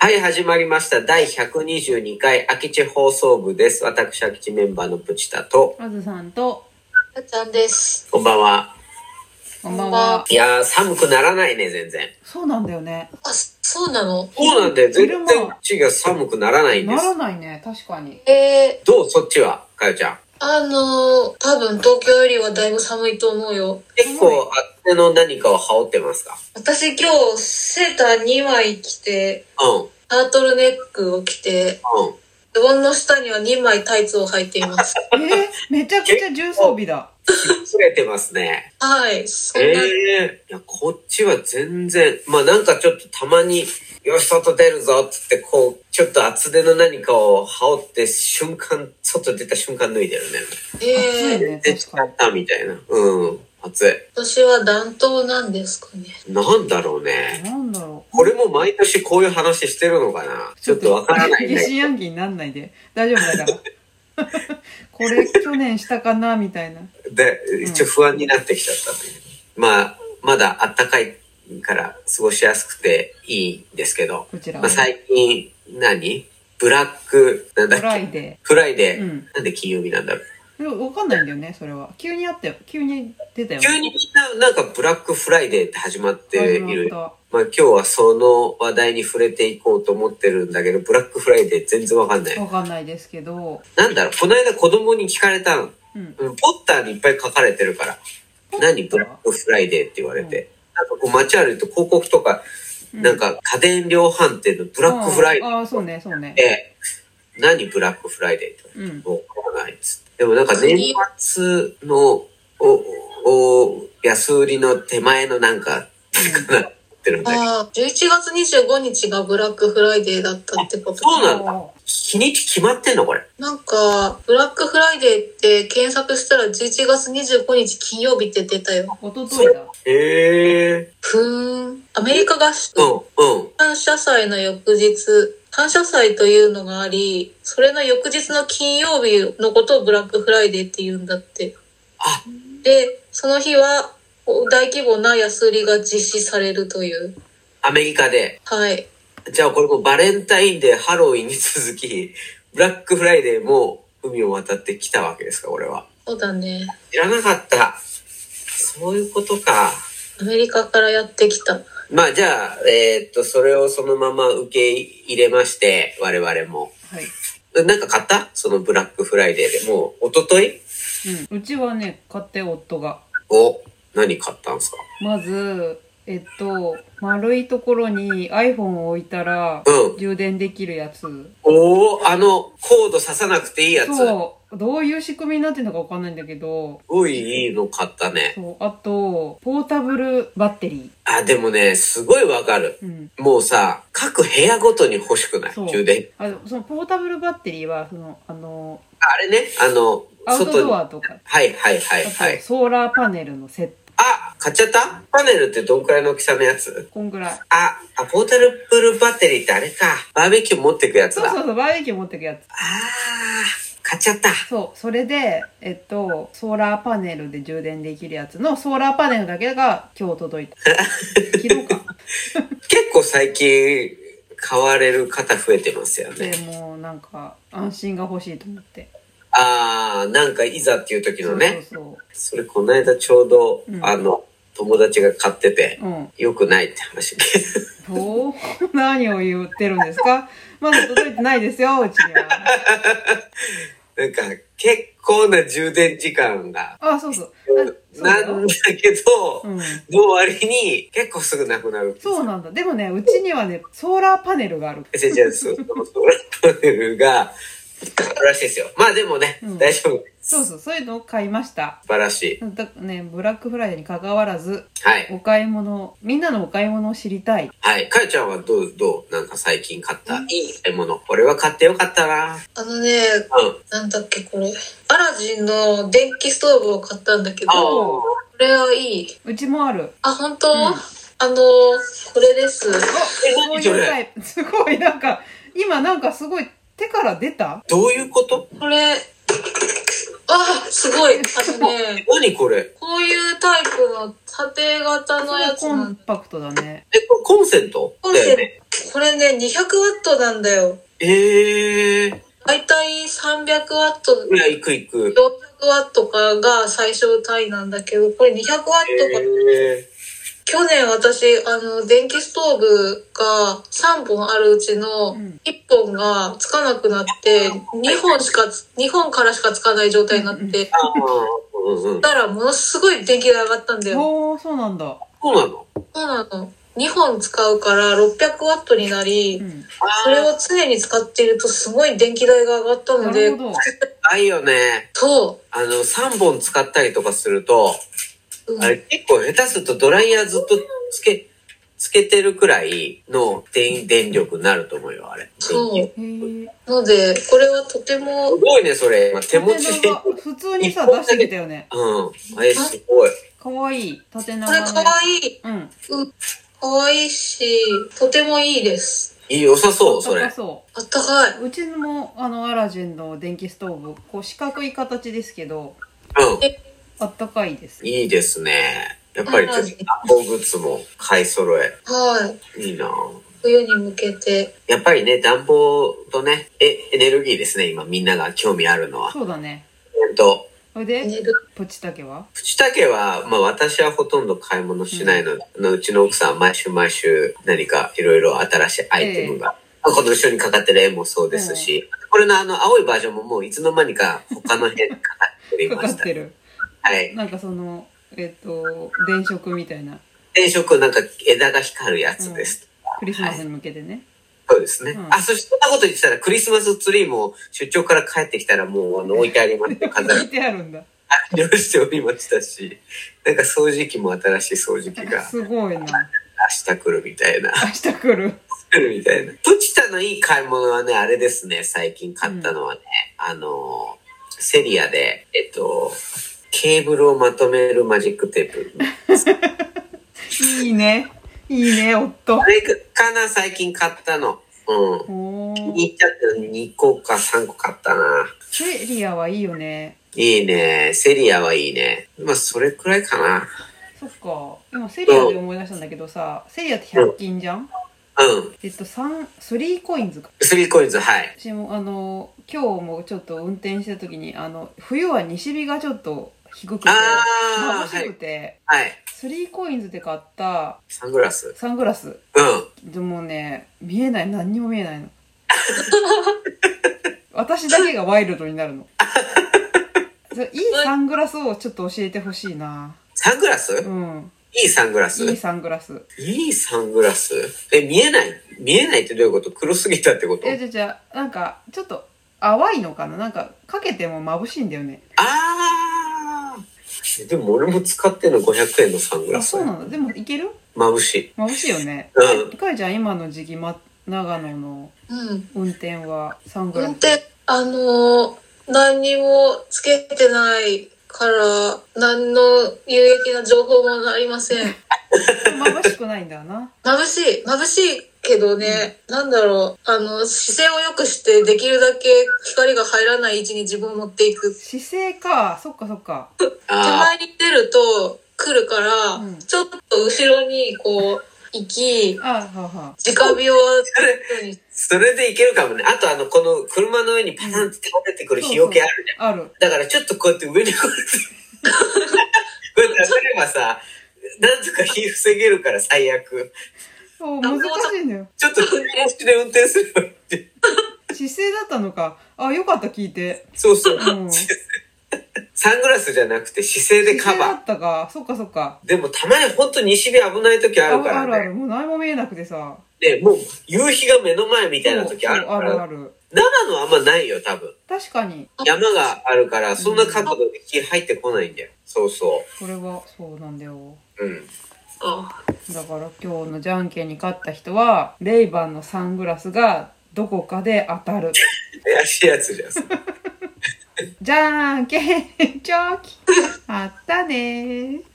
はい、始まりました。第122回空き地放送部です。私、空き地メンバーのプチタと、 あずさんと、 あちゃんです。 こんばんは。 こんばんは。 いやー、寒くならないね、全然。 そうなんだよね。 あ、そうなの？ そうなんだよ。全然昼間こっちが寒くならないんでなす。 らないね、確かに。 どうそっちは、かよちゃん。 多分東京よりはだいぶ寒いと思うよ。 結構、厚手の何かを羽織ってますか？ 私今日セーター2枚着て、 うん。 タートルネックを着て、ズボンの下には2枚タイツを履いています。 めちゃくちゃ重装備だ。 ずれてますね。 はい、そんな。 いや、こっちは全然、まあなんかちょっとたまに、よし、外出るぞっつって、こう、ちょっと厚手の何かを羽織って外出た瞬間脱いでるね。 暑いね、 出ちゃったみたいな。うん。暑い。 私は暖冬なんですかね。 なんだろうね。 なんだろう。 これも毎年こういう話してるのかな。ちょっとわからないね。 疑心暗鬼になんないで。大丈夫だから。これ去年したかなみたいな。 で、一応不安になってきちゃったという。まあ、まだ暖かいから過ごしやすくていいんですけど、 こちらはまあ、最近ブラックなんだっけ、 フライデフライデー、 うん、 なんで金曜日なんだろう。 でもわかんないんだよね、それは。急にあったよ。急に出たよね。 急になんかブラックフライデーって始まっている。 まあ今日はその話題に触れていこうと思ってるんだけど、ブラックフライデー全然わかんない。 わかんないですけど。 なんだろう、この間子供に聞かれたの。ポッターにいっぱい書かれてるから。何ブラックフライデーって言われて。なんかこう街歩いて広告とか、なんか家電量販店のブラックフライデー。 そうね、そうね。 何ブラックフライデーって言われて。わからないっつって。でもなんか年末の安売りの手前のなんか、 11月25日がブラックフライデーだったってこと。 そうなんだ。日にち決まってんのこれ。 なんかブラックフライデーって検索したら11月25日金曜日って出たよ。 おとといだ。 アメリカ合宿、感謝祭の翌日、感謝祭というのがあり、それの翌日の金曜日のことをブラックフライデーって言うんだって。で、その日は大規模な安売りが実施されるという。 アメリカで。 はい。 じゃあこれもバレンタインデー、ハロウィンに続き、ブラックフライデーも海を渡ってきたわけですか、俺は。 そうだね。 知らなかった。そういうことか。 アメリカからやってきた。 まあじゃあ、それをそのまま受け入れまして、我々も。 はい。 なんか買ったそのブラックフライデーで。もう、一昨日うちはね、買って夫が。 何買ったんですか？ まず、丸いところに iPhone を置いたら、充電できるやつ。 コード刺さなくていいやつ。 そう。どういう仕組みになってるのかわかんないんだけど。 すごいいいの買ったね。 そう。あと、ポータブルバッテリー。 でもね、すごいわかる。もうさ、各部屋ごとに欲しくない？充電。 そのポータブルバッテリーは、 あれね、 アウトドアとか。 はい。 あと、ソーラーパネルのセット。 買っちゃった？パネルってどんくらいの大きさのやつ？ こんぐらい。 ポータブルバッテリーってあれか。バーベキュー持ってくやつだ。 そう、バーベキュー持ってくやつ。 買っちゃった。 そう、それで、ソーラーパネルで充電できるやつのソーラーパネルだけが今日届いた。昨日か。 結構最近買われる方増えてますよね。 でもなんか安心が欲しいと思って。 なんかいざっていう時のね。 そう。 それこの間ちょうど、友達が買ってて、良くないって話。 何を言ってるんですか？まだ届いてないですよ、うちには。 なんか結構な充電時間が。 そう。 なんだけど、の割に結構すぐなくなる。 そうなんだ。でもね、うちにはね、ソーラーパネルがある。 じゃあソーラーパネルが、らしいですよ。まあでもね、大丈夫です。 そういうのを買いました。 素晴らしい。 ブラックフライデーに関わらず、 お買い物、みんなのお買い物を知りたい。 はい。かよちゃんはどうなんか最近買ったいい買い物。これは買ってよかったな。 なんだっけこれ。アラジンの電気ストーブを買ったんだけど、これはいい。 うちもある。 本当？これです。 何それ？ すごい、なんか、今なんかすごい、手から出た？ どういうこと？ これ、すごい。 何これ？ こういうタイプの縦型のやつコンパクトだね。 コンセント？ コこれね、200ワットなんだよ。だいたい300ワット。 いや、いく。 400ワットかが最小単位なんだけど、これ200ワットが、去年私、電気ストーブが3本あるうちの1本がつかなくなって、2本からしかつかない状態になって、そしたらものすごい電気代上がったんだよ。 そうなんだ。 そうなの？ そうなの。2本使うから600ワットになり、それを常に使っているとすごい電気代が上がったので。 ないよね。 そう。 3本使ったりとかすると、あれ結構下手するとドライヤーずっとつけてるくらいの電力になると思うよ、あれ。 そう。ので、これはとても。 すごいね、それ。手持ちで。 普通にさ、出してきたよね。 すごい。 かわいい。縦長これかわいい。かわいいし、とてもいいです。 良さそう、それ。 あったかい。 うちも、アラジンの電気ストーブ、こう四角い形ですけど、あったかいです。 いいですね。やっぱりちょっと暖房グッズも買い揃え。いいな。 冬に向けて。 やっぱりね、暖房とね、エネルギーですね、今みんなが興味あるのは。 そうだね。それで、プチタケは私はほとんど買い物しないので、うちの奥さんは毎週何かいろいろ新しいアイテムが、この後ろにかかってる絵もそうですし、これの青いバージョンももういつの間にか他の辺にかかっていました。 かかってる。はい。なんか電飾みたいな。 電飾なんか枝が光るやつです。 クリスマスに向けてね。 そうですね。そんなこと言ってたらクリスマスツリーも出張から帰ってきたらもう置いてありまして飾置いてあるんだ。 用意しておりましたし、なんか掃除機も新しい掃除機がすごいな。 明日来るみたいな。 明日来るみたいな。プチタのいい買い物はね、あれですね。最近買ったのはね、セリアでケーブルをまとめるマジックテープ。 いいね、夫。 あれかな、最近買ったの。いっちゃって2個か3個買ったな。 セリアはいいよね。 いいね。セリアはいいね。それくらいかな。 そっか。今セリアで思い出したんだけどさ、セリアって100均じゃん？3コインズか。 3コインズ、はい。 私も今日もちょっと運転した時に、冬は西日がちょっと低くて、眩しくて、3コインズで買ったサングラス。 でもね、見えない、何にも見えないの。私だけがワイルドになるの。いいサングラスをちょっと教えてほしいな。 サングラス？いいサングラス？ いいサングラス。 いいサングラス？見えないってどういうこと？黒すぎたってこと？ じゃあ、なんか、ちょっと淡いのかな？なんか、かけても眩しいんだよね。 でも俺も使ってるの500円のサングラス。 そうなんだ。でもいける？ 眩しいよね。かいちゃん、今の時期、長野の運転はサングラス？ 何にもつけてないから何の有益な情報もありません。 眩しくないんだな。 眩しいけどね、なんだろう、姿勢を良くしてできるだけ光が入らない位置に自分を持っていく。 姿勢か、そっか。 手前に出ると来るから、ちょっと後ろにこう行き、直火をそれでいけるかもね。あとこの車の上にパタンって倒れてくる日よけあるじゃん。 ある。 だからちょっとこうやって上にこうやって当てればさ、なんとか火防げるから最悪。 そう、難しいんだよ。 ちょっと気持ちで運転するよって。 姿勢だったのか。よかった、聞いて。 そう。サングラスじゃなくて姿勢でカバー。 姿勢だったか。そっか。 でもたまにほんと西日危ない時あるからね。 ある。もう何も見えなくてさ。 で、もう夕日が目の前みたいな時あるから。 ある。 長野あんまないよ、多分。 確かに。 山があるから、そんな角度で火入ってこないんだよ。そう。 それはそうなんだよ。だから今日のじゃんけんに勝った人は、レイバンのサングラスがどこかで当たる。 怪しいやつじゃん。 じゃんけんチョキ。あったねー。